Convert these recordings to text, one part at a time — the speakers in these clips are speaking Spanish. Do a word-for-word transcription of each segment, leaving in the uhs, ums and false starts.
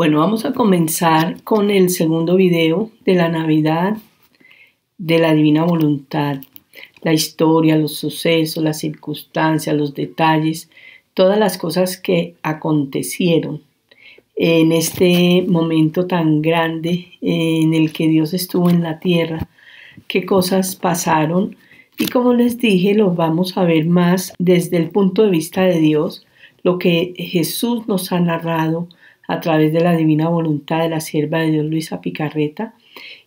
Bueno, vamos a comenzar con el segundo video de la Navidad de la Divina Voluntad. La historia, los sucesos, las circunstancias, los detalles, todas las cosas que acontecieron en este momento tan grande en el que Dios estuvo en la tierra, qué cosas pasaron. Y como les dije, los vamos a ver más desde el punto de vista de Dios, lo que Jesús nos ha narrado a través de la Divina Voluntad de la sierva de Dios Luisa Picarreta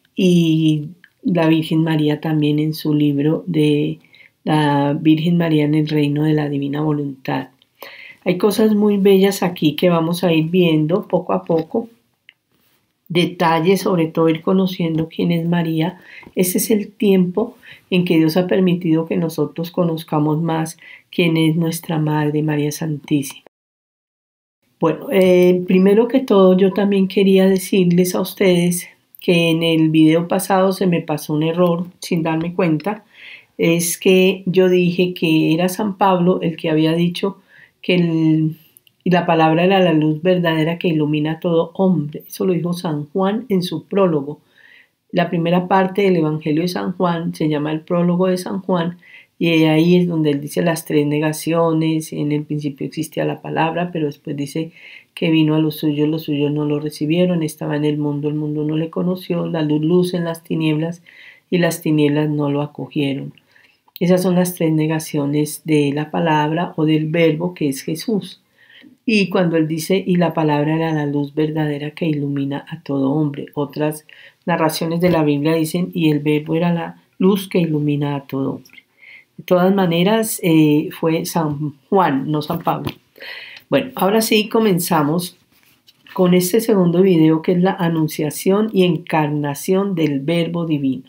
y la Virgen María también en su libro de la Virgen María en el Reino de la Divina Voluntad. Hay cosas muy bellas aquí que vamos a ir viendo poco a poco. Detalles, sobre todo ir conociendo quién es María. Ese es el tiempo en que Dios ha permitido que nosotros conozcamos más quién es nuestra Madre María Santísima. Bueno, eh, primero que todo yo también quería decirles a ustedes que en el video pasado se me pasó un error sin darme cuenta. Es que yo dije que era San Pablo el que había dicho que el, y la palabra era la luz verdadera que ilumina a todo hombre. Eso lo dijo San Juan en su prólogo. La primera parte del Evangelio de San Juan se llama el prólogo de San Juan y ahí es donde él dice las tres negaciones. En el principio existía la palabra, pero después dice que vino a los suyos, los suyos no lo recibieron, estaba en el mundo, el mundo no le conoció, la luz luce en las tinieblas y las tinieblas no lo acogieron. Esas son las tres negaciones de la palabra o del verbo que es Jesús. Y cuando él dice, y la palabra era la luz verdadera que ilumina a todo hombre. Otras narraciones de la Biblia dicen, y el verbo era la luz que ilumina a todo hombre. De todas maneras, eh, fue San Juan, no San Pablo. Bueno, ahora sí comenzamos con este segundo video que es la anunciación y encarnación del Verbo Divino.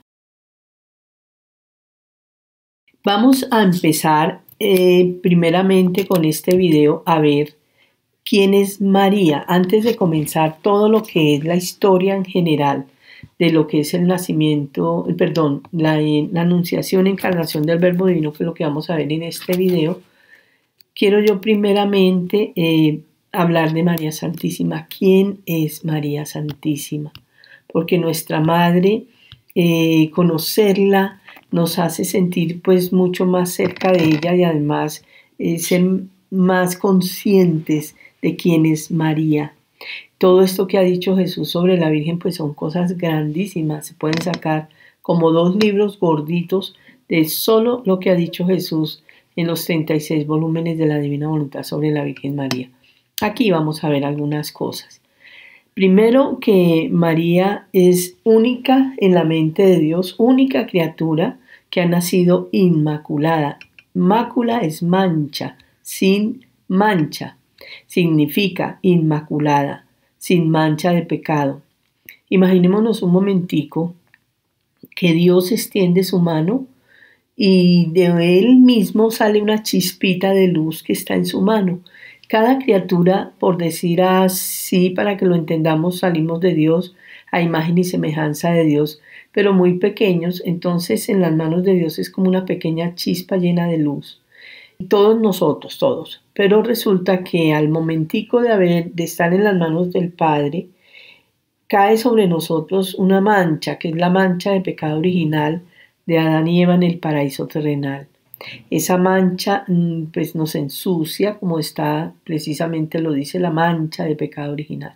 Vamos a empezar eh, primeramente con este video a ver quién es María, antes de comenzar todo lo que es la historia en general de lo que es el nacimiento, perdón, la, la anunciación y encarnación del Verbo Divino, que es lo que vamos a ver en este video. Quiero yo primeramente eh, hablar de María Santísima. ¿Quién es María Santísima? Porque nuestra Madre, eh, conocerla nos hace sentir pues mucho más cerca de ella y además eh, ser más conscientes de quién es María. Todo esto que ha dicho Jesús sobre la Virgen pues son cosas grandísimas. Se pueden sacar como dos libros gorditos de solo lo que ha dicho Jesús en los treinta y seis volúmenes de la Divina Voluntad sobre la Virgen María. Aquí vamos a ver algunas cosas. Primero, que María es única en la mente de Dios, única criatura que ha nacido inmaculada. Mácula es mancha, sin mancha. Significa inmaculada, sin mancha de pecado. Imaginémonos un momentico que Dios extiende su mano y de él mismo sale una chispita de luz que está en su mano. Cada criatura, por decir así, para que lo entendamos, salimos de Dios a imagen y semejanza de Dios, pero muy pequeños. Entonces en las manos de Dios es como una pequeña chispa llena de luz. Todos nosotros, todos. Pero resulta que al momentico de, haber, de estar en las manos del Padre, cae sobre nosotros una mancha, que es la mancha de pecado original de Adán y Eva en el paraíso terrenal. Esa mancha pues nos ensucia, como está precisamente lo dice la mancha de pecado original.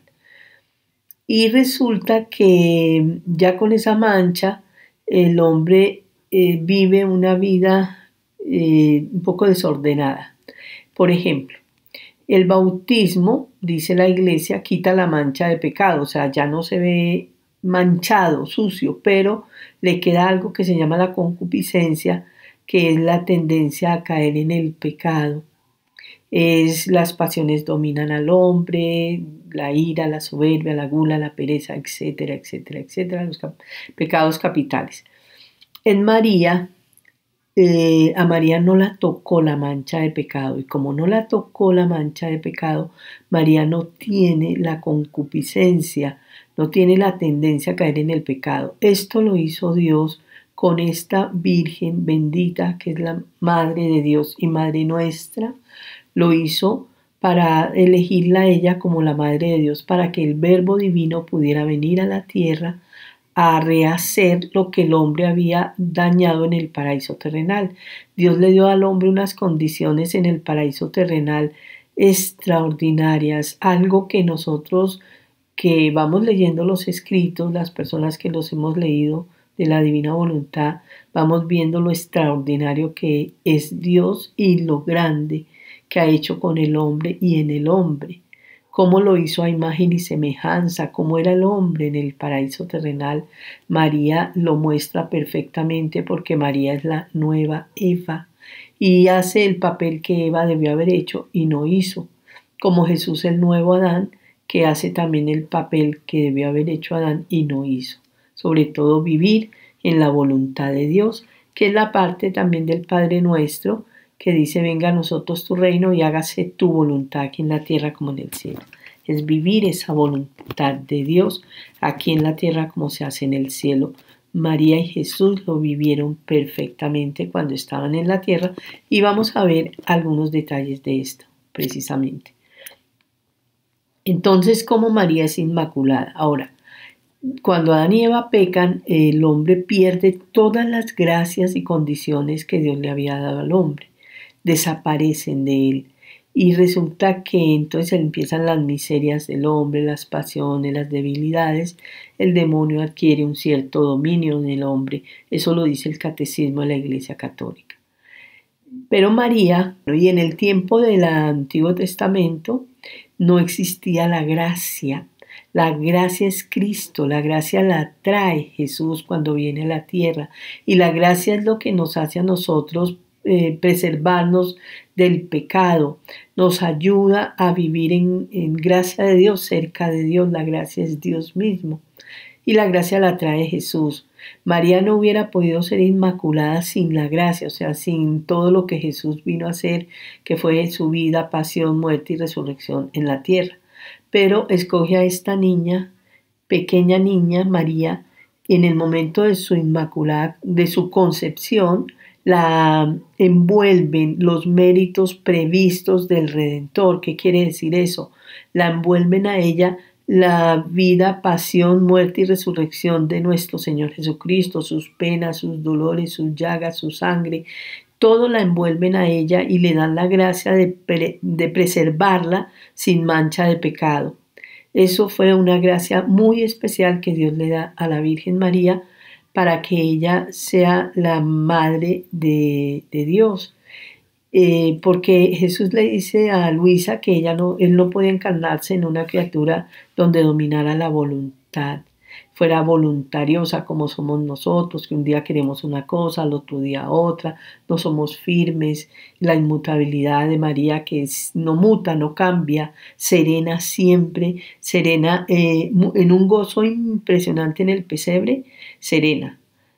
Y resulta que ya con esa mancha el hombre eh, vive una vida eh, un poco desordenada. Por ejemplo, el bautismo, dice la Iglesia, quita la mancha de pecado, o sea, ya no se ve manchado, sucio, pero le queda algo que se llama la concupiscencia, que es la tendencia a caer en el pecado. Es las pasiones dominan al hombre, la ira, la soberbia, la gula, la pereza, etcétera, etcétera, etcétera, los cap- pecados capitales. En María, eh, a María no la tocó la mancha de pecado, y como no la tocó la mancha de pecado, María no tiene la concupiscencia, no tiene la tendencia a caer en el pecado. Esto lo hizo Dios con esta Virgen bendita que es la Madre de Dios y Madre nuestra. Lo hizo para elegirla a ella como la Madre de Dios, para que el Verbo Divino pudiera venir a la tierra a rehacer lo que el hombre había dañado en el paraíso terrenal. Dios le dio al hombre unas condiciones en el paraíso terrenal extraordinarias, algo que nosotros que vamos leyendo los escritos, las personas que los hemos leído de la divina voluntad, vamos viendo lo extraordinario que es Dios y lo grande que ha hecho con el hombre y en el hombre, cómo lo hizo a imagen y semejanza, cómo era el hombre en el paraíso terrenal. María lo muestra perfectamente porque María es la nueva Eva y hace el papel que Eva debió haber hecho y no hizo, como Jesús el nuevo Adán, que hace también el papel que debió haber hecho Adán y no hizo. Sobre todo vivir en la voluntad de Dios, que es la parte también del Padre Nuestro, que dice: venga a nosotros tu reino y hágase tu voluntad aquí en la tierra como en el cielo. Es vivir esa voluntad de Dios aquí en la tierra como se hace en el cielo. María y Jesús lo vivieron perfectamente cuando estaban en la tierra y vamos a ver algunos detalles de esto precisamente. Entonces, ¿cómo María es inmaculada? Ahora, cuando Adán y Eva pecan, el hombre pierde todas las gracias y condiciones que Dios le había dado al hombre. Desaparecen de él. Y resulta que entonces empiezan las miserias del hombre, las pasiones, las debilidades. El demonio adquiere un cierto dominio en el hombre. Eso lo dice el Catecismo de la Iglesia Católica. Pero María, y en el tiempo del Antiguo Testamento, no existía la gracia. La gracia es Cristo, la gracia la trae Jesús cuando viene a la tierra. Y la gracia es lo que nos hace a nosotros eh, preservarnos del pecado. Nos ayuda a vivir en, en gracia de Dios, cerca de Dios. La gracia es Dios mismo. Y la gracia la trae Jesús. María no hubiera podido ser inmaculada sin la gracia, o sea, sin todo lo que Jesús vino a hacer, que fue su vida, pasión, muerte y resurrección en la tierra. Pero escoge a esta niña, pequeña niña, María, en el momento de su inmaculada, de su concepción, la envuelven los méritos previstos del Redentor. ¿Qué quiere decir eso? La envuelven a ella la vida, pasión, muerte y resurrección de nuestro Señor Jesucristo, sus penas, sus dolores, sus llagas, su sangre, todo la envuelven a ella y le dan la gracia de, pre- de preservarla sin mancha de pecado. Eso fue una gracia muy especial que Dios le da a la Virgen María para que ella sea la madre de, de Dios. Eh, porque Jesús le dice a Luisa que ella no, él no podía encarnarse en una criatura donde dominara la voluntad, fuera voluntariosa como somos nosotros, que un día queremos una cosa, al otro día otra, no somos firmes. La inmutabilidad de María, que es, no muta, no cambia, serena siempre, serena eh, en un gozo impresionante en el pesebre, serena.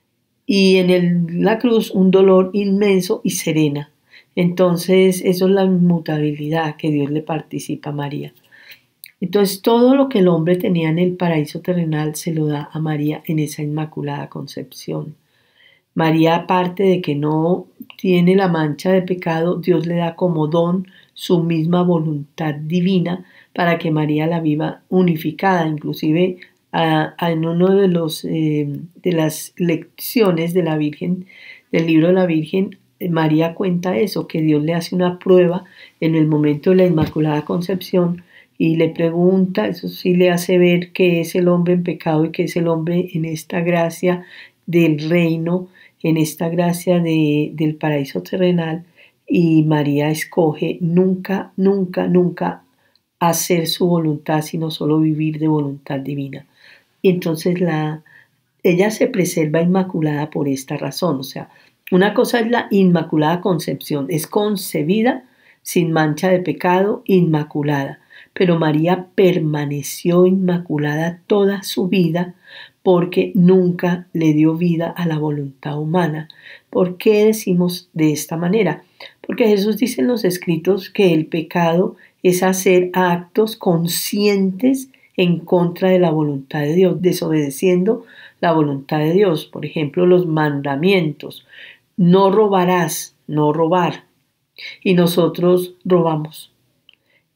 Y en el, la cruz un dolor inmenso y serena. Entonces, eso es la inmutabilidad que Dios le participa a María. Entonces, todo lo que el hombre tenía en el paraíso terrenal se lo da a María en esa inmaculada concepción. María, aparte de que no tiene la mancha de pecado, Dios le da como don su misma voluntad divina para que María la viva unificada. Inclusive, a, a en uno de los eh, de las lecciones de la Virgen, del libro de la Virgen, María cuenta eso, que Dios le hace una prueba en el momento de la Inmaculada Concepción y le pregunta, eso sí le hace ver que es el hombre en pecado y que es el hombre en esta gracia del reino, en esta gracia de, del paraíso terrenal, y María escoge nunca, nunca, nunca hacer su voluntad, sino solo vivir de voluntad divina. Y entonces la, ella se preserva inmaculada por esta razón, o sea, una cosa es la inmaculada concepción, es concebida sin mancha de pecado, inmaculada. Pero María permaneció inmaculada toda su vida porque nunca le dio vida a la voluntad humana. ¿Por qué decimos de esta manera? Porque Jesús dice en los escritos que el pecado es hacer actos conscientes en contra de la voluntad de Dios, desobedeciendo la voluntad de Dios. Por ejemplo, los mandamientos. No robarás, no robar. Y nosotros robamos.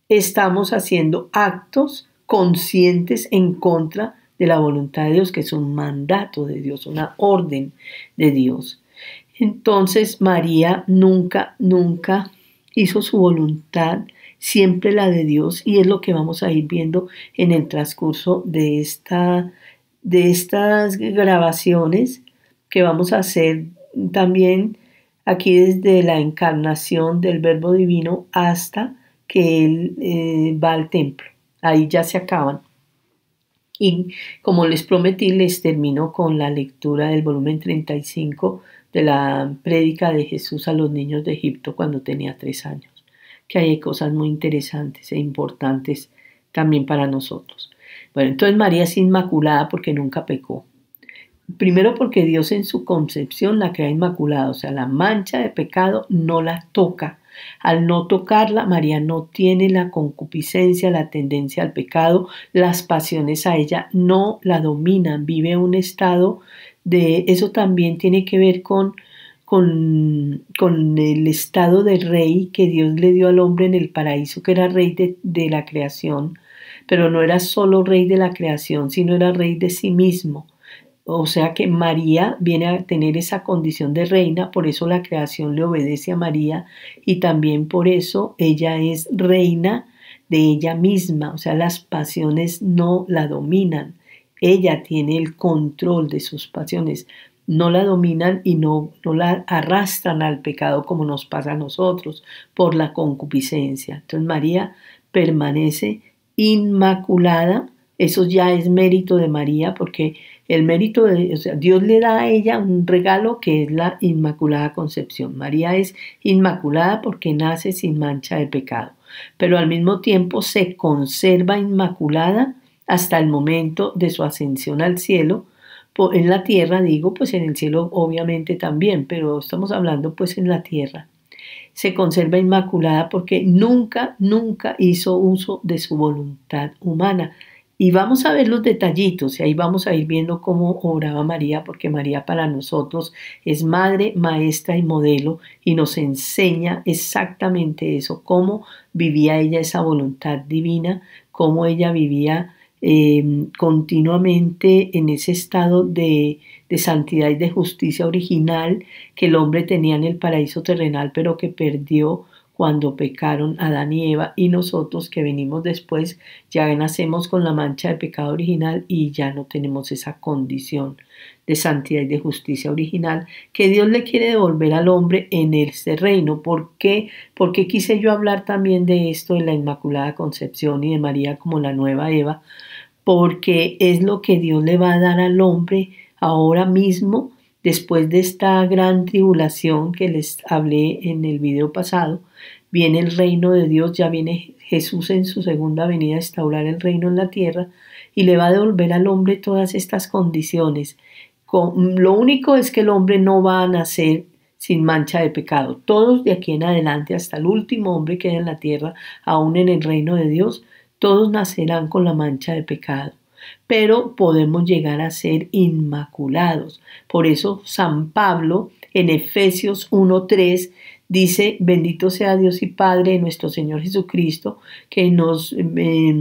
estamos haciendo actos conscientes en contra de la voluntad de Dios, que es un mandato de Dios, una orden de Dios. Entonces María nunca, nunca hizo su voluntad, siempre la de Dios, y es lo que vamos a ir viendo en el transcurso de, esta, de estas grabaciones que vamos a hacer también aquí desde la encarnación del Verbo Divino hasta que Él eh, va al templo. Ahí ya se acaban. Y como les prometí, les termino con la lectura del volumen treinta y cinco de la prédica de Jesús a los niños de Egipto cuando tenía tres años, que hay cosas muy interesantes e importantes también para nosotros. Bueno, entonces María es inmaculada porque nunca pecó. Primero porque Dios en su concepción la crea inmaculada, o sea, la mancha de pecado no la toca. Al no tocarla, María no tiene la concupiscencia, la tendencia al pecado, las pasiones a ella no la dominan, vive un estado de, eso también tiene que ver con, con, con el estado de rey que Dios le dio al hombre en el paraíso, que era rey de, de la creación, pero no era solo rey de la creación, sino era rey de sí mismo. O sea que María viene a tener esa condición de reina, por eso la creación le obedece a María y también por eso ella es reina de ella misma, o sea, las pasiones no la dominan, ella tiene el control de sus pasiones, no la dominan y no, no la arrastran al pecado como nos pasa a nosotros por la concupiscencia. Entonces María permanece inmaculada, eso ya es mérito de María porque el mérito de, o sea, Dios le da a ella un regalo que es la Inmaculada Concepción. María es inmaculada porque nace sin mancha de pecado, pero al mismo tiempo se conserva inmaculada hasta el momento de su ascensión al cielo. En la tierra, digo, pues en el cielo obviamente también, pero estamos hablando pues en la tierra. Se conserva inmaculada porque nunca, nunca hizo uso de su voluntad humana. Y vamos a ver los detallitos y ahí vamos a ir viendo cómo obraba María, porque María para nosotros es madre, maestra y modelo y nos enseña exactamente eso, cómo vivía ella esa voluntad divina, cómo ella vivía eh, continuamente en ese estado de, de santidad y de justicia original que el hombre tenía en el paraíso terrenal, pero que perdió cuando pecaron Adán y Eva, y nosotros que venimos después ya nacemos con la mancha de pecado original y ya no tenemos esa condición de santidad y de justicia original que Dios le quiere devolver al hombre en este reino. ¿Por qué? ¿Por qué quise yo hablar también de esto, de la Inmaculada Concepción y de María como la nueva Eva? Porque es lo que Dios le va a dar al hombre ahora mismo, después de esta gran tribulación que les hablé en el video pasado. Viene el reino de Dios, ya viene Jesús en su segunda venida a instaurar el reino en la tierra y le va a devolver al hombre todas estas condiciones. Lo único es que el hombre no va a nacer sin mancha de pecado. Todos de aquí en adelante, hasta el último hombre que haya en la tierra, aún en el reino de Dios, todos nacerán con la mancha de pecado. Pero podemos llegar a ser inmaculados. Por eso San Pablo en Efesios uno tres dice: bendito sea Dios y Padre de nuestro Señor Jesucristo, que nos eh,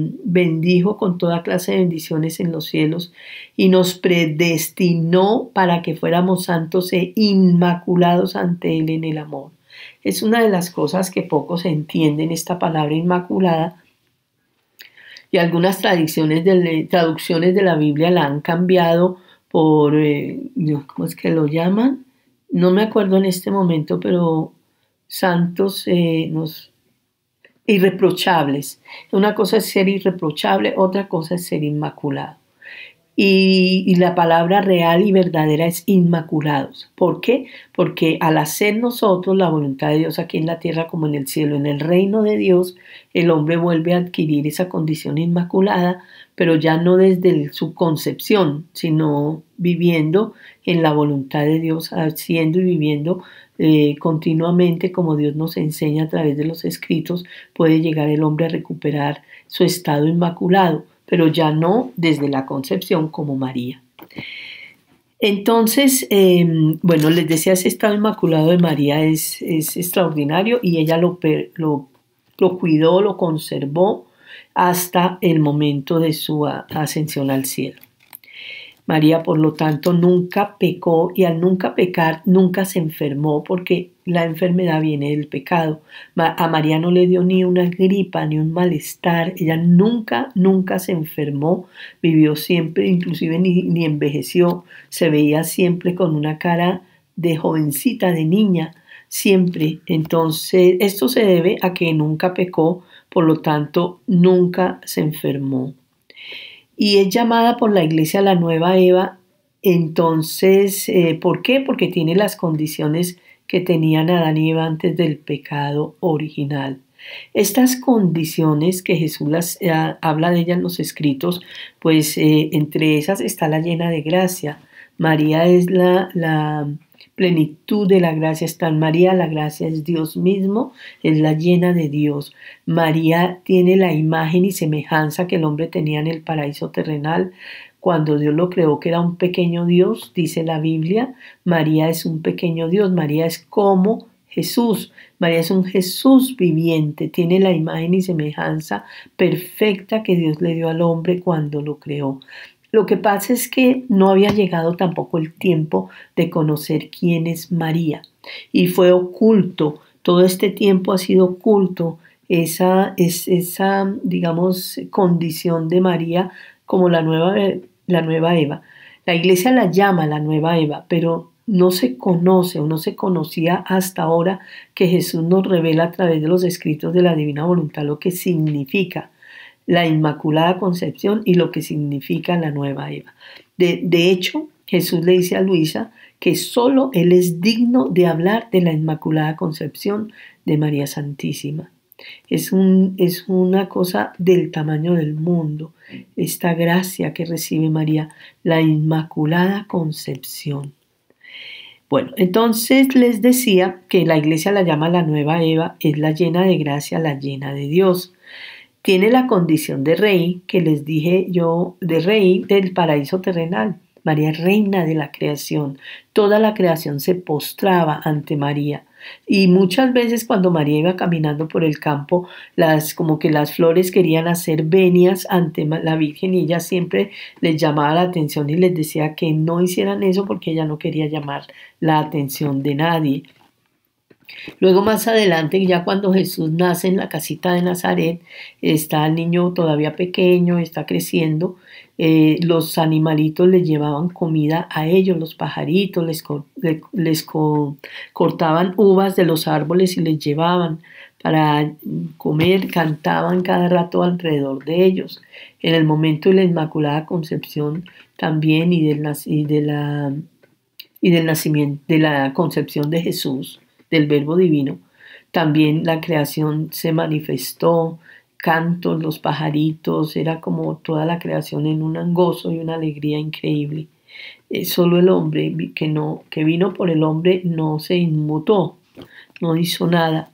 bendijo con toda clase de bendiciones en los cielos y nos predestinó para que fuéramos santos e inmaculados ante Él en el amor. Es una de las cosas que pocos entienden, esta palabra inmaculada, y algunas traducciones de, traducciones de la Biblia la han cambiado por, eh, ¿cómo es que lo llaman? No me acuerdo en este momento, pero santos, eh, nos, irreprochables. Una cosa es ser irreprochable, otra cosa es ser inmaculado. Y, y la palabra real y verdadera es inmaculados. ¿Por qué? Porque al hacer nosotros la voluntad de Dios aquí en la tierra como en el cielo, en el reino de Dios, el hombre vuelve a adquirir esa condición inmaculada, pero ya no desde su concepción, sino viviendo en la voluntad de Dios, haciendo y viviendo eh, continuamente como Dios nos enseña a través de los escritos, puede llegar el hombre a recuperar su estado inmaculado, pero ya no desde la concepción como María. Entonces, eh, bueno, les decía, ese estado inmaculado de María es, es extraordinario y ella lo, lo lo cuidó, lo conservó hasta el momento de su ascensión al cielo. María, por lo tanto, nunca pecó y al nunca pecar, nunca se enfermó porque la enfermedad viene del pecado. A María no le dio ni una gripa ni un malestar. Ella nunca, nunca se enfermó. Vivió siempre, inclusive ni, ni envejeció. Se veía siempre con una cara de jovencita, de niña, siempre. Entonces, esto se debe a que nunca pecó, por lo tanto, nunca se enfermó. Y es llamada por la iglesia la nueva Eva. Entonces, eh, ¿por qué? Porque tiene las condiciones que tenían Adán y Eva antes del pecado original. Estas condiciones que Jesús las, eh, habla de ellas en los escritos, pues eh, entre esas está la llena de gracia. María es la, la plenitud de la gracia, está en María, la gracia es Dios mismo, es la llena de Dios. María tiene la imagen y semejanza que el hombre tenía en el paraíso terrenal. Cuando Dios lo creó, que era un pequeño Dios, dice la Biblia, María es un pequeño Dios, María es como Jesús, María es un Jesús viviente, tiene la imagen y semejanza perfecta que Dios le dio al hombre cuando lo creó. Lo que pasa es que no había llegado tampoco el tiempo de conocer quién es María y fue oculto, todo este tiempo ha sido oculto esa, es, esa digamos, condición de María como la nueva, la nueva Eva. La iglesia la llama la nueva Eva, pero no se conoce o no se conocía hasta ahora que Jesús nos revela a través de los escritos de la divina voluntad lo que significa la Inmaculada Concepción y lo que significa la nueva Eva. De, de hecho, Jesús le dice a Luisa que solo Él es digno de hablar de la Inmaculada Concepción de María Santísima. Es, un, es una cosa del tamaño del mundo, esta gracia que recibe María, la Inmaculada Concepción. Bueno, entonces les decía que la iglesia la llama la nueva Eva, es la llena de gracia, la llena de Dios. Tiene la condición de rey, que les dije yo, de rey del paraíso terrenal. María es reina de la creación. Toda la creación se postraba ante María. Y muchas veces cuando María iba caminando por el campo, las, como que las flores querían hacer venias ante la Virgen y ella siempre les llamaba la atención y les decía que no hicieran eso porque ella no quería llamar la atención de nadie. Luego más adelante, ya cuando Jesús nace en la casita de Nazaret, está el niño todavía pequeño, está creciendo, eh, los animalitos le llevaban comida a ellos, los pajaritos les, les, les co, cortaban uvas de los árboles y les llevaban para comer, cantaban cada rato alrededor de ellos. En el momento de la Inmaculada Concepción también y del, y de la, y del nacimiento, de la concepción de Jesús, del Verbo Divino, también la creación se manifestó, cantos, los pajaritos, era como toda la creación en un gozo y una alegría increíble. Eh, solo el hombre que, no, que vino por el hombre no se inmutó, no hizo nada.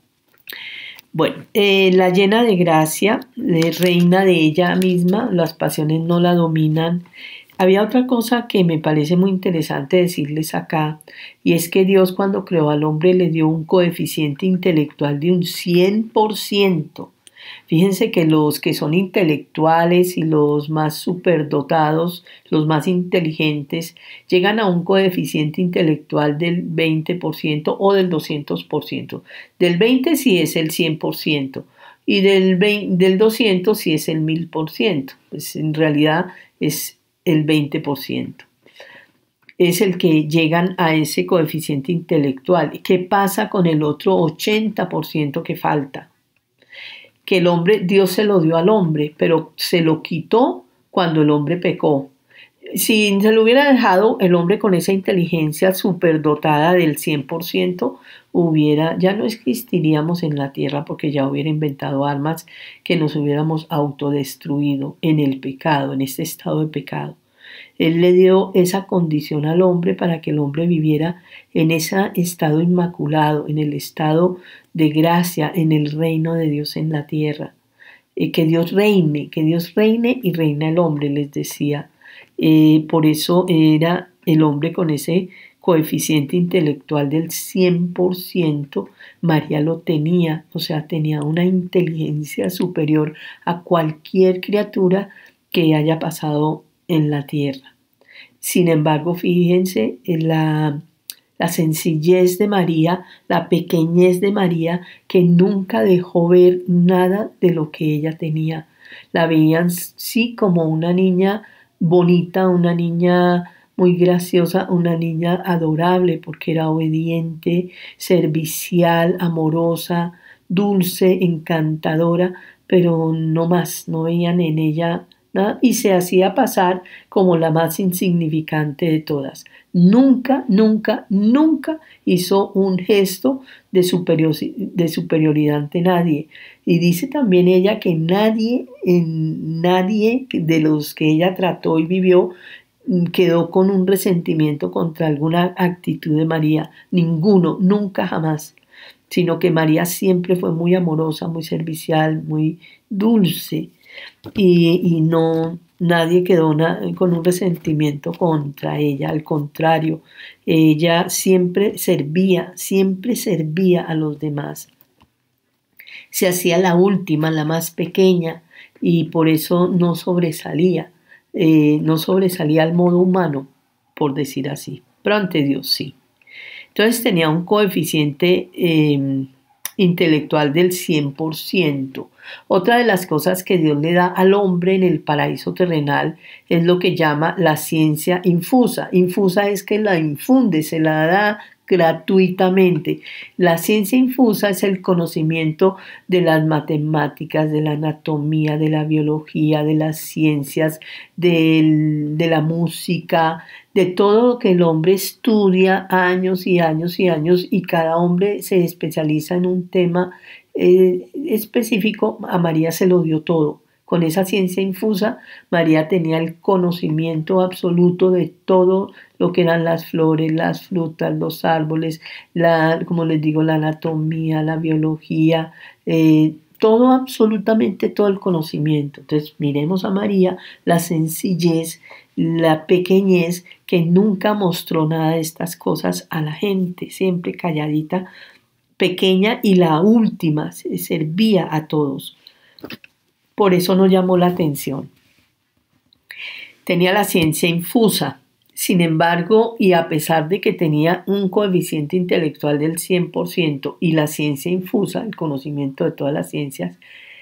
Bueno, eh, la llena de gracia, de reina de ella misma, las pasiones no la dominan. Había otra cosa que me parece muy interesante decirles acá, y es que Dios cuando creó al hombre le dio un coeficiente intelectual de un cien por ciento. Fíjense que los que son intelectuales y los más superdotados, los más inteligentes, llegan a un coeficiente intelectual del veinte por ciento o del doscientos por ciento. Del veinte sí es el cien por ciento y del, veinte, del doscientos sí es el mil por ciento. Pues en realidad es el veinte por ciento. Es el que llegan a ese coeficiente intelectual. ¿Qué pasa con el otro ochenta por ciento que falta? Que el hombre, Dios se lo dio al hombre, pero se lo quitó cuando el hombre pecó. Si se lo hubiera dejado el hombre con esa inteligencia superdotada del cien por ciento, hubiera, ya no existiríamos en la tierra porque ya hubiera inventado armas que nos hubiéramos autodestruido en el pecado, en este estado de pecado. Él le dio esa condición al hombre para que el hombre viviera en ese estado inmaculado, en el estado de gracia, en el reino de Dios en la tierra. Eh, que Dios reine, que Dios reine y reina el hombre, les decía. Eh, por eso era el hombre con ese coeficiente intelectual del cien por ciento, María lo tenía, o sea, tenía una inteligencia superior a cualquier criatura que haya pasado en la tierra. Sin embargo, fíjense en la, la sencillez de María, la pequeñez de María, que nunca dejó ver nada de lo que ella tenía. La veían sí como una niña bonita, una niña muy graciosa, una niña adorable porque era obediente, servicial, amorosa, dulce, encantadora, pero no más, no veían en ella nada y se hacía pasar como la más insignificante de todas. Nunca, nunca, nunca hizo un gesto de, superior, de superioridad ante nadie. Y dice también ella que nadie, en nadie de los que ella trató y vivió quedó con un resentimiento contra alguna actitud de María. Ninguno, nunca jamás. Sino que María siempre fue muy amorosa, muy servicial, muy dulce. Y, y no, nadie quedó na, con un resentimiento contra ella. Al contrario, ella siempre servía, siempre servía a los demás. Se hacía la última, la más pequeña, y por eso no sobresalía. Eh, no sobresalía al modo humano, por decir así, pero ante Dios sí. Entonces tenía un coeficiente eh, intelectual del cien por ciento. Otra de las cosas que Dios le da al hombre en el paraíso terrenal es lo que llama la ciencia infusa. Infusa es que la infunde, se la da gratuitamente. La ciencia infusa es el conocimiento de las matemáticas, de la anatomía, de la biología, de las ciencias, de, de la música, de todo lo que el hombre estudia años y años y años, y cada hombre se especializa en un tema eh, específico. A María se lo dio todo. Con esa ciencia infusa, María tenía el conocimiento absoluto de todo lo que eran las flores, las frutas, los árboles, la, como les digo, la anatomía, la biología, eh, todo, absolutamente todo el conocimiento. Entonces, miremos a María, la sencillez, la pequeñez, que nunca mostró nada de estas cosas a la gente, siempre calladita, pequeña y la última, servía a todos. Por eso no llamó la atención. Tenía la ciencia infusa. Sin embargo, y a pesar de que tenía un coeficiente intelectual del cien por ciento y la ciencia infusa, el conocimiento de todas las ciencias,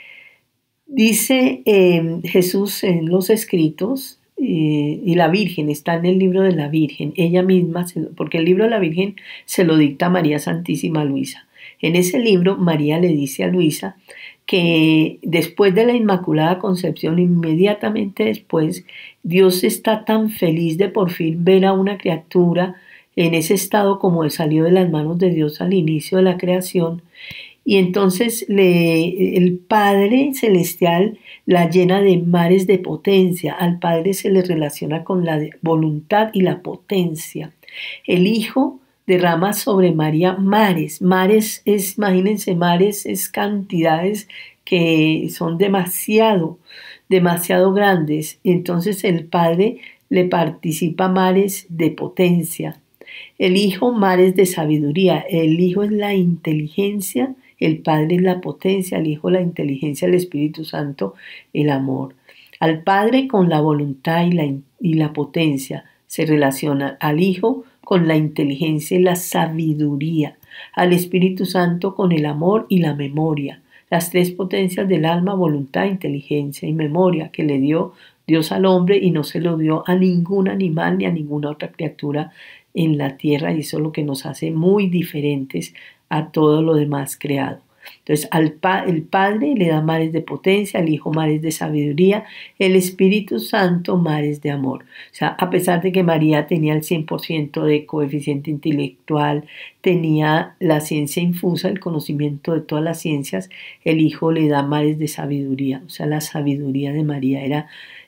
dice eh, Jesús en los escritos, eh, y la Virgen, está en el libro de la Virgen, ella misma, porque el libro de la Virgen se lo dicta María Santísima Luisa. En ese libro, María le dice a Luisa que después de la Inmaculada Concepción, inmediatamente después, Dios está tan feliz de por fin ver a una criatura en ese estado como salió de las manos de Dios al inicio de la creación. Y entonces le, el Padre Celestial la llena de mares de potencia. Al Padre se le relaciona con la voluntad y la potencia. El Hijo derrama sobre María mares. Mares es, imagínense, mares es cantidades que son demasiado, demasiado grandes. Entonces el Padre le participa mares de potencia. El Hijo mares de sabiduría. El Hijo es la inteligencia, el Padre es la potencia, el Hijo la inteligencia, el Espíritu Santo el amor. Al Padre con la voluntad y la, y la potencia se relaciona, al Hijo con la inteligencia y la sabiduría, al Espíritu Santo con el amor y la memoria, las tres potencias del alma, voluntad, inteligencia y memoria que le dio Dios al hombre y no se lo dio a ningún animal ni a ninguna otra criatura en la tierra, y eso es lo que nos hace muy diferentes a todo lo demás creado. Entonces, al pa el Padre le da mares de potencia, al Hijo mares de sabiduría, el Espíritu Santo mares de amor. O sea, a pesar de que María tenía el cien por ciento de coeficiente intelectual, tenía la ciencia infusa, el conocimiento de todas las ciencias, el Hijo le da mares de sabiduría. O sea, la sabiduría de María era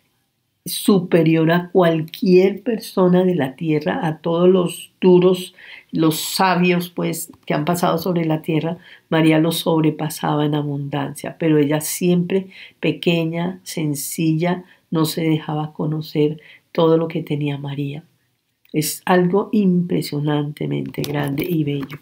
superior a cualquier persona de la tierra, a todos los duros, los sabios pues que han pasado sobre la tierra. María los sobrepasaba en abundancia, pero ella siempre pequeña, sencilla, no se dejaba conocer todo lo que tenía María. Es algo impresionantemente grande y bello.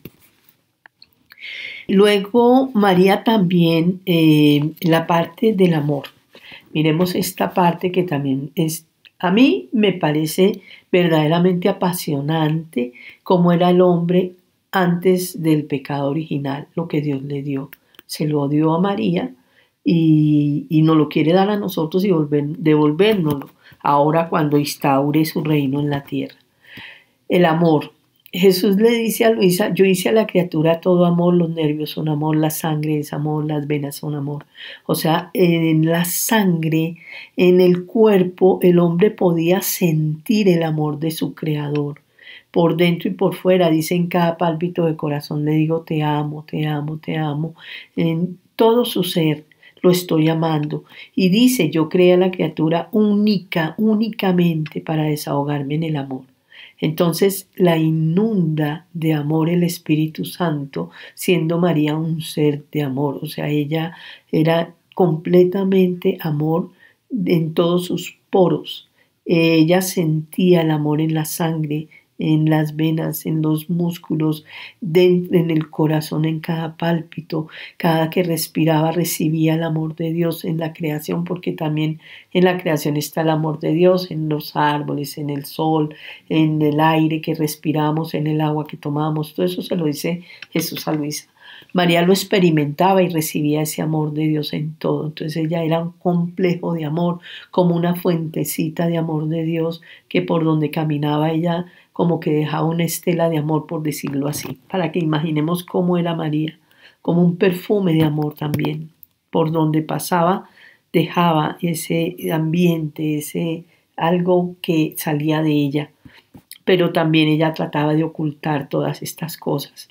Luego María también, eh, la parte del amor. Miremos esta parte que también es, a mí me parece verdaderamente apasionante cómo era el hombre antes del pecado original, lo que Dios le dio. Se lo dio a María y, y nos lo quiere dar a nosotros y volver, devolvérnoslo ahora cuando instaure su reino en la tierra. El amor. Jesús le dice a Luisa, yo hice a la criatura todo amor, los nervios son amor, la sangre es amor, las venas son amor. O sea, en la sangre, en el cuerpo, el hombre podía sentir el amor de su creador. Por dentro y por fuera, dice en cada pálpito de corazón, le digo te amo, te amo, te amo. En todo su ser lo estoy amando. Y dice, yo creé a la criatura única, únicamente para desahogarme en el amor. Entonces la inunda de amor el Espíritu Santo, siendo María un ser de amor. O sea, ella era completamente amor en todos sus poros. Ella sentía el amor en la sangre, en las venas, en los músculos, dentro, en el corazón, en cada pálpito. Cada que respiraba recibía el amor de Dios en la creación, porque también en la creación está el amor de Dios, en los árboles, en el sol, en el aire que respiramos, en el agua que tomamos. Todo eso se lo dice Jesús a Luisa. María lo experimentaba y recibía ese amor de Dios en todo. Entonces ella era un complejo de amor, como una fuentecita de amor de Dios, que por donde caminaba ella como que dejaba una estela de amor, por decirlo así, para que imaginemos cómo era María, como un perfume de amor también. Por donde pasaba dejaba ese ambiente, ese algo que salía de ella, pero también ella trataba de ocultar todas estas cosas.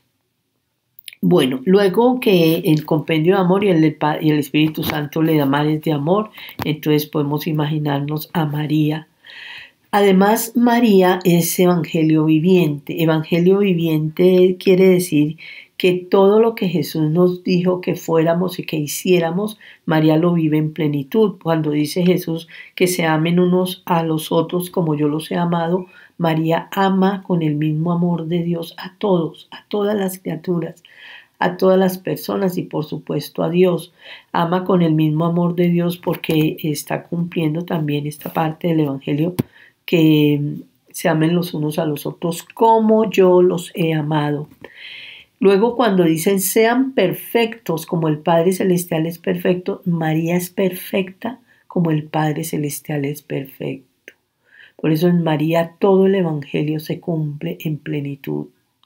Bueno, luego que el compendio de amor y el, y el Espíritu Santo le da mares de amor, entonces podemos imaginarnos a María. Además, María es evangelio viviente. Evangelio viviente quiere decir que todo lo que Jesús nos dijo que fuéramos y que hiciéramos, María lo vive en plenitud. Cuando dice Jesús que se amen unos a los otros como yo los he amado, María ama con el mismo amor de Dios a todos, a todas las criaturas, a todas las personas y por supuesto a Dios. Ama con el mismo amor de Dios porque está cumpliendo también esta parte del evangelio, que se amen los unos a los otros como yo los he amado. Luego cuando dicen sean perfectos como el Padre Celestial es perfecto, María es perfecta como el Padre Celestial es perfecto. Por eso en María todo el evangelio se cumple en plenitud.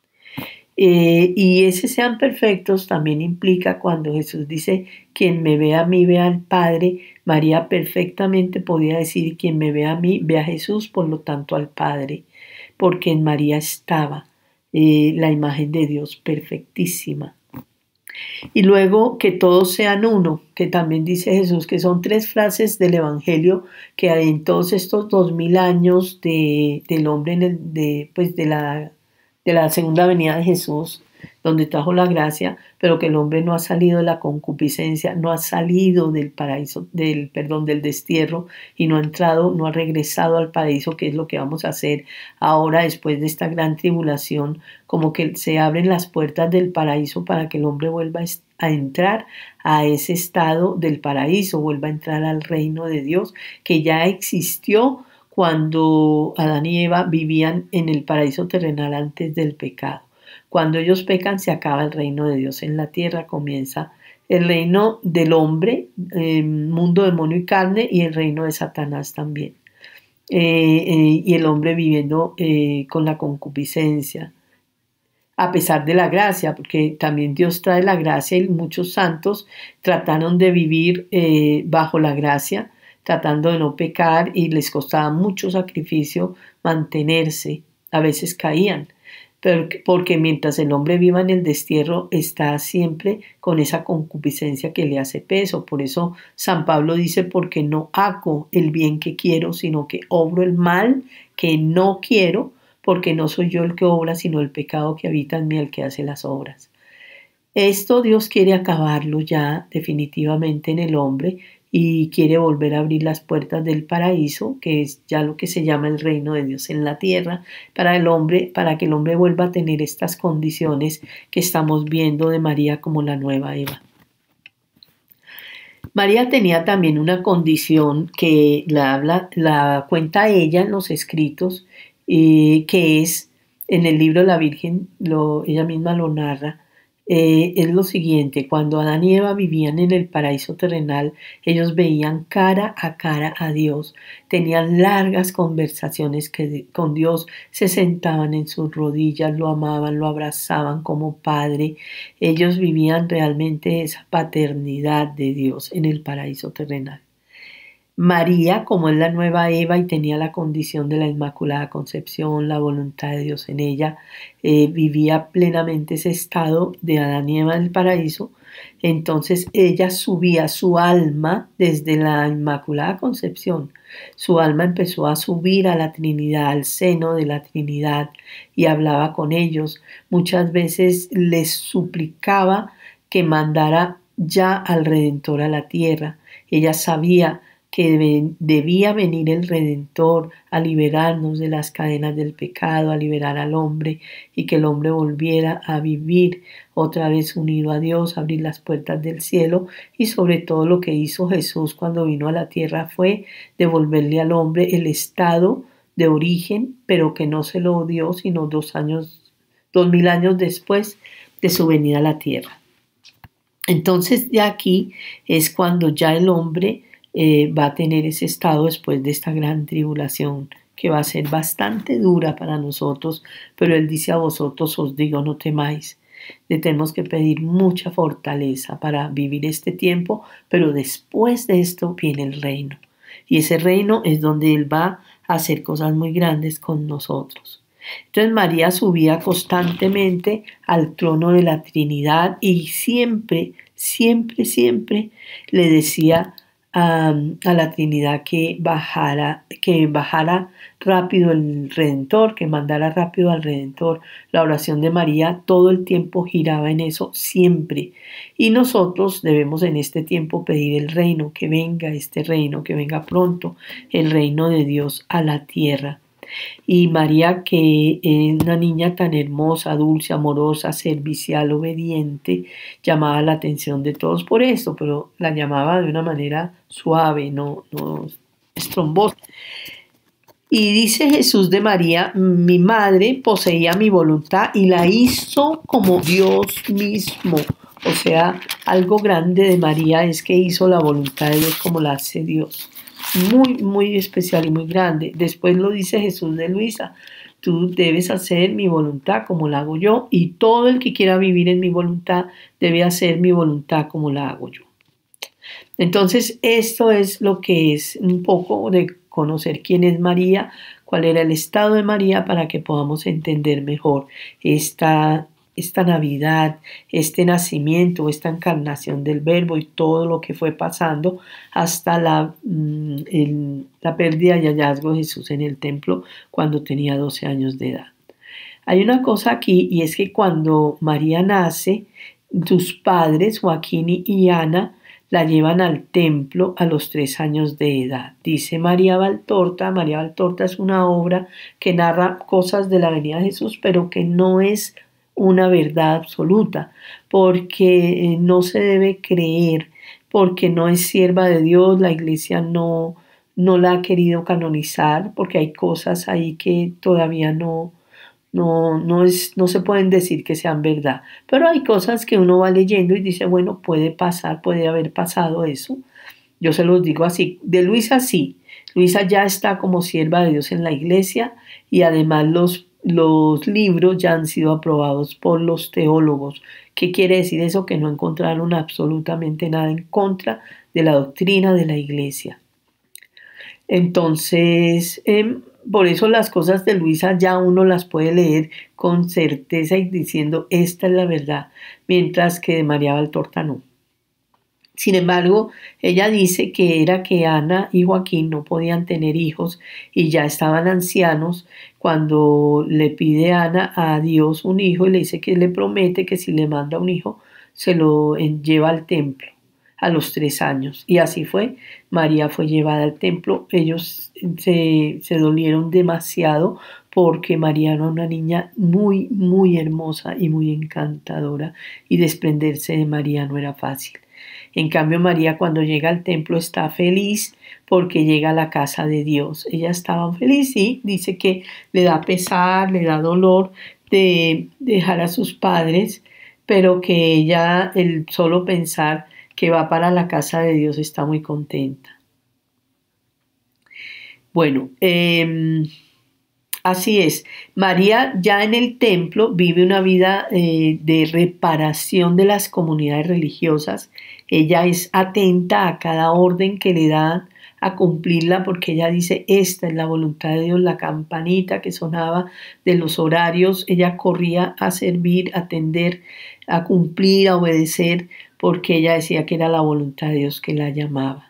Eh, y ese sean perfectos también implica cuando Jesús dice, quien me ve a mí ve al Padre, María perfectamente podía decir, quien me ve a mí ve a Jesús, por lo tanto al Padre, porque en María estaba eh, la imagen de Dios perfectísima. Y luego que todos sean uno, que también dice Jesús, que son tres frases del Evangelio que en todos estos dos mil años de, del hombre, en el, de, pues de la de la segunda venida de Jesús, donde trajo la gracia, pero que el hombre no ha salido de la concupiscencia, no ha salido del paraíso, del perdón, del destierro y no ha entrado, no ha regresado al paraíso, que es lo que vamos a hacer ahora después de esta gran tribulación, como que se abren las puertas del paraíso para que el hombre vuelva a entrar a ese estado del paraíso, vuelva a entrar al reino de Dios que ya existió cuando Adán y Eva vivían en el paraíso terrenal antes del pecado. Cuando ellos pecan, se acaba el reino de Dios en la tierra, comienza el reino del hombre, eh, mundo, demonio y carne, y el reino de Satanás también. Eh, eh, y el hombre viviendo eh, con la concupiscencia, a pesar de la gracia, porque también Dios trae la gracia y muchos santos trataron de vivir eh, bajo la gracia, tratando de no pecar y les costaba mucho sacrificio mantenerse, a veces caían, pero porque mientras el hombre viva en el destierro está siempre con esa concupiscencia que le hace peso. Por eso San Pablo dice, porque no hago el bien que quiero, sino que obro el mal que no quiero, porque no soy yo el que obra, sino el pecado que habita en mí el que hace las obras. Esto Dios quiere acabarlo ya definitivamente en el hombre, y quiere volver a abrir las puertas del paraíso, que es ya lo que se llama el reino de Dios en la tierra, para el hombre, para que el hombre vuelva a tener estas condiciones que estamos viendo de María como la nueva Eva. María tenía también una condición que la, habla, la cuenta ella en los escritos, eh, que es en el libro La Virgen, lo, ella misma lo narra, eh, es lo siguiente: cuando Adán y Eva vivían en el paraíso terrenal, ellos veían cara a cara a Dios, tenían largas conversaciones que, con Dios, se sentaban en sus rodillas, lo amaban, lo abrazaban como padre. Ellos vivían realmente esa paternidad de Dios en el paraíso terrenal. María, como es la nueva Eva y tenía la condición de la Inmaculada Concepción, la voluntad de Dios en ella, eh, vivía plenamente ese estado de Adán y Eva en el paraíso. Entonces ella subía su alma desde la Inmaculada Concepción. Su alma empezó a subir a la Trinidad, al seno de la Trinidad, y hablaba con ellos. Muchas veces les suplicaba que mandara ya al Redentor a la tierra. Ella sabía que debía venir el Redentor a liberarnos de las cadenas del pecado, a liberar al hombre, y que el hombre volviera a vivir otra vez unido a Dios, a abrir las puertas del cielo. Y sobre todo lo que hizo Jesús cuando vino a la tierra fue devolverle al hombre el estado de origen, pero que no se lo dio sino dos años, dos mil años después de su venida a la tierra. Entonces de aquí es cuando ya el hombre Eh, va a tener ese estado después de esta gran tribulación, que va a ser bastante dura para nosotros, pero Él dice: a vosotros os digo, no temáis. Le tenemos que pedir mucha fortaleza para vivir este tiempo, pero después de esto viene el reino, y ese reino es donde Él va a hacer cosas muy grandes con nosotros. Entonces María subía constantemente al trono de la Trinidad y siempre, siempre, siempre le decía A, a la Trinidad que bajara, que bajara rápido el Redentor, que mandara rápido al Redentor. La oración de María todo el tiempo giraba en eso, siempre. Y nosotros debemos en este tiempo pedir el reino, que venga este reino, que venga pronto el reino de Dios a la tierra. Y María, que es una niña tan hermosa, dulce, amorosa, servicial, obediente, llamaba la atención de todos por esto, pero la llamaba de una manera suave, no, no estrombosa. Y dice Jesús de María: mi madre poseía mi voluntad y la hizo como Dios mismo. O sea, algo grande de María es que hizo la voluntad de Dios como la hace Dios. Muy, muy especial y muy grande. Después lo dice Jesús de Luisa: tú debes hacer mi voluntad como la hago yo, y todo el que quiera vivir en mi voluntad debe hacer mi voluntad como la hago yo. Entonces, esto es lo que es un poco de conocer quién es María, cuál era el estado de María, para que podamos entender mejor esta esta Navidad, este nacimiento, esta encarnación del Verbo y todo lo que fue pasando hasta la, el, la pérdida y hallazgo de Jesús en el templo cuando tenía doce años de edad. Hay una cosa aquí, y es que cuando María nace, sus padres, Joaquín y Ana, la llevan al templo a los tres años de edad. Dice María Valtorta, María Valtorta es una obra que narra cosas de la venida de Jesús, pero que no es una verdad absoluta, porque no se debe creer, porque no es sierva de Dios. La iglesia no, no la ha querido canonizar, porque hay cosas ahí que todavía no, no, no, es, no se pueden decir que sean verdad, pero hay cosas que uno va leyendo y dice: bueno, puede pasar, puede haber pasado eso. Yo se los digo así. De Luisa sí, Luisa ya está como sierva de Dios en la iglesia, y además los Los libros ya han sido aprobados por los teólogos. ¿Qué quiere decir eso? Que no encontraron absolutamente nada en contra de la doctrina de la iglesia. Entonces, eh, por eso las cosas de Luisa ya uno las puede leer con certeza y diciendo: esta es la verdad, mientras que de María Valtorta no. Sin embargo, ella dice que era que Ana y Joaquín no podían tener hijos y ya estaban ancianos cuando le pide Ana a Dios un hijo, y le dice que le promete que si le manda un hijo se lo lleva al templo. a los tres años. Y así fue. María fue llevada al templo. Ellos se, se dolieron demasiado porque María era una niña muy, muy hermosa y muy encantadora, y desprenderse de María no era fácil. En cambio, María, cuando llega al templo, está feliz porque llega a la casa de Dios. Ella estaba feliz, sí, dice que le da pesar, le da dolor de dejar a sus padres, pero que ella, el solo pensar que va para la casa de Dios, está muy contenta. Bueno, eh, así es. María ya en el templo vive una vida eh, de reparación de las comunidades religiosas. Ella es atenta a cada orden que le dan, a cumplirla, porque ella dice, esta es la voluntad de Dios. La campanita que sonaba de los horarios, ella corría a servir, a atender, a cumplir, a obedecer, porque ella decía que era la voluntad de Dios que la llamaba.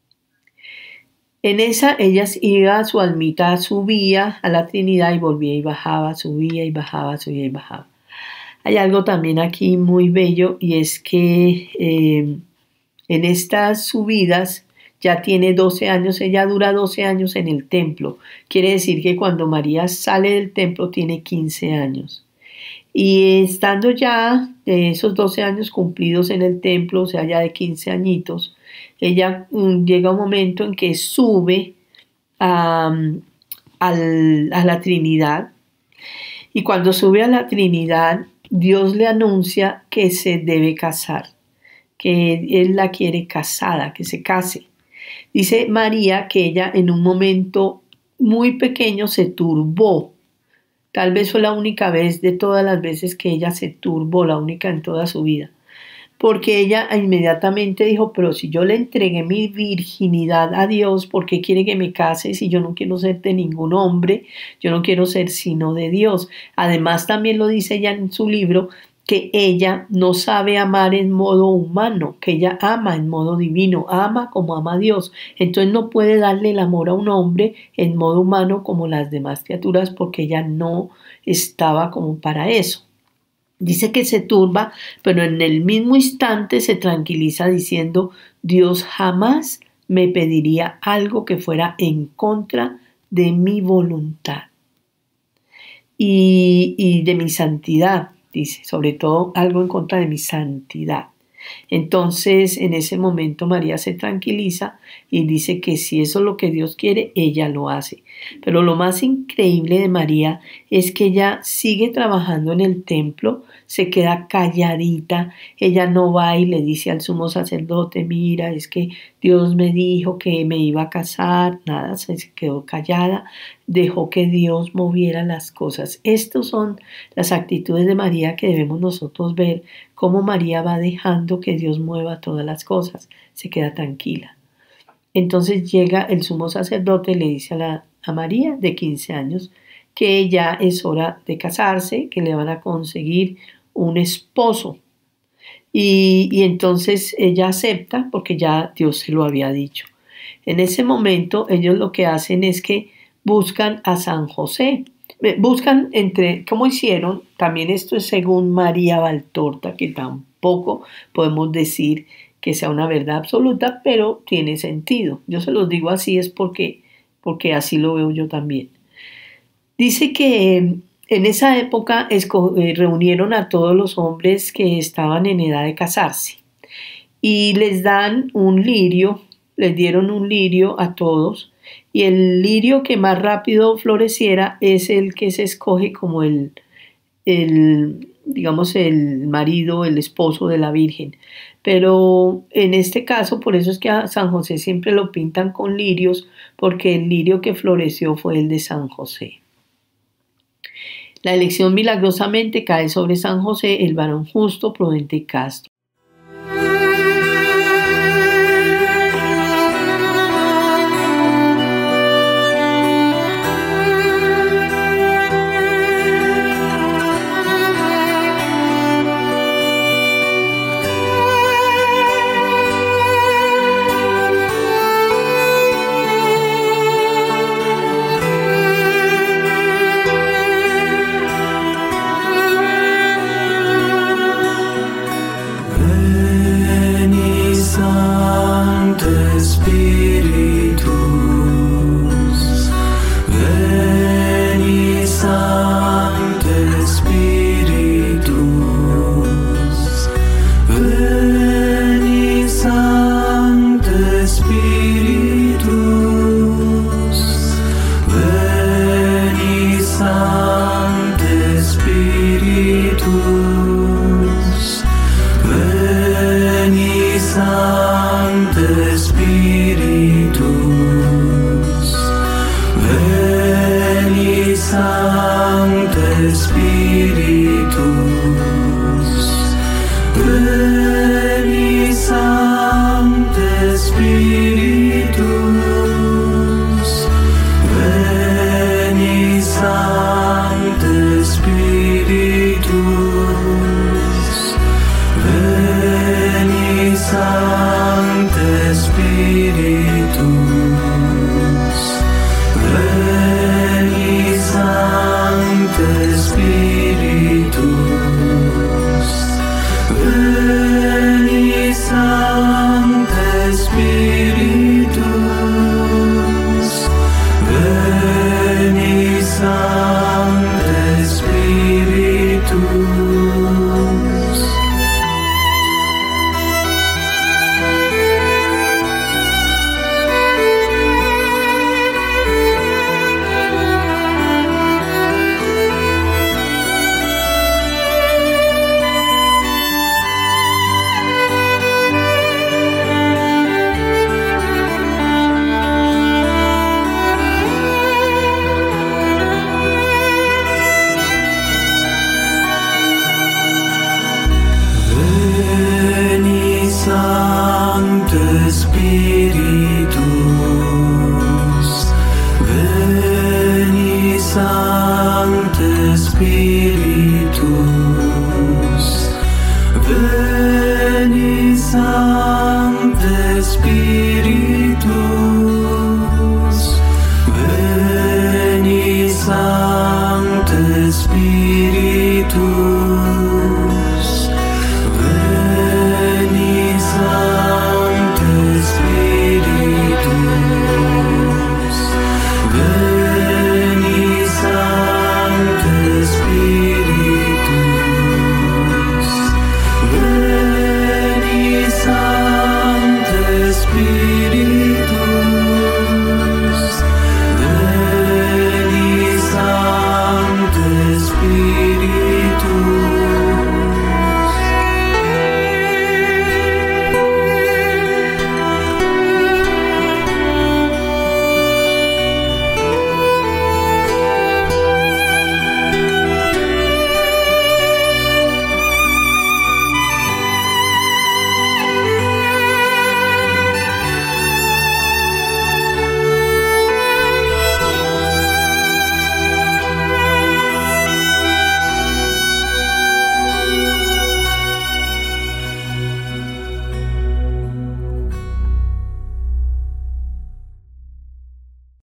En esa ella iba, su almita subía a la Trinidad y volvía y bajaba, subía y bajaba, subía y bajaba. Hay algo también aquí muy bello, y es que eh, en estas subidas ya tiene doce años, ella dura doce años en el templo. Quiere decir que cuando María sale del templo tiene quince años. Y estando ya de esos doce años cumplidos en el templo, o sea, ya de quince añitos, ella um, llega un momento en que sube a, al, a la Trinidad, y cuando sube a la Trinidad, Dios le anuncia que se debe casar, que Él la quiere casada, que se case. Dice María que ella en un momento muy pequeño se turbó. Tal vez fue la única vez de todas las veces que ella se turbó, la única en toda su vida. Porque ella inmediatamente dijo, pero si yo le entregué mi virginidad a Dios, ¿por qué quiere que me case si yo no quiero ser de ningún hombre? Yo no quiero ser sino de Dios. Además, también lo dice ella en su libro, que ella no sabe amar en modo humano, que ella ama en modo divino, ama como ama a Dios. Entonces no puede darle el amor a un hombre en modo humano como las demás criaturas, porque ella no estaba como para eso. Dice que se turba, pero en el mismo instante se tranquiliza diciendo, Dios jamás me pediría algo que fuera en contra de mi voluntad y, y de mi santidad, dice, sobre todo algo en contra de mi santidad. Entonces, en ese momento María se tranquiliza y dice que si eso es lo que Dios quiere, ella lo hace. Pero lo más increíble de María es que ella sigue trabajando en el templo, se queda calladita, ella no va y le dice al sumo sacerdote, mira, es que Dios me dijo que me iba a casar, nada, se quedó callada, dejó que Dios moviera las cosas. Estas son las actitudes de María que debemos nosotros ver, cómo María va dejando que Dios mueva todas las cosas, se queda tranquila. Entonces llega el sumo sacerdote y le dice a, la, a María, de quince años, que ya es hora de casarse, que le van a conseguir un esposo. Y, y entonces ella acepta porque ya Dios se lo había dicho. En ese momento ellos lo que hacen es que buscan a San José. Buscan entre, ¿cómo hicieron? También esto es según María Valtorta, que tampoco podemos decir que sea una verdad absoluta, pero tiene sentido. Yo se los digo así es porque, porque así lo veo yo también. Dice que en esa época reunieron a todos los hombres que estaban en edad de casarse y les dan un lirio, les dieron un lirio a todos, y el lirio que más rápido floreciera es el que se escoge como el, el digamos, el marido, el esposo de la Virgen. Pero en este caso, por eso es que a San José siempre lo pintan con lirios, porque el lirio que floreció fue el de San José. La elección milagrosamente cae sobre San José, el varón justo, prudente y casto. Sancte Spiritus, veni Sancte Spiritus, veni Sancte Spiritus, veni Sancte Spiritus, veni Sancte Spiritus, veni Sancte Spiritus, veni Sancte Spiritus, veni Sancte Spiritus. Sancte Spiritus, veni Sancte Spiritus.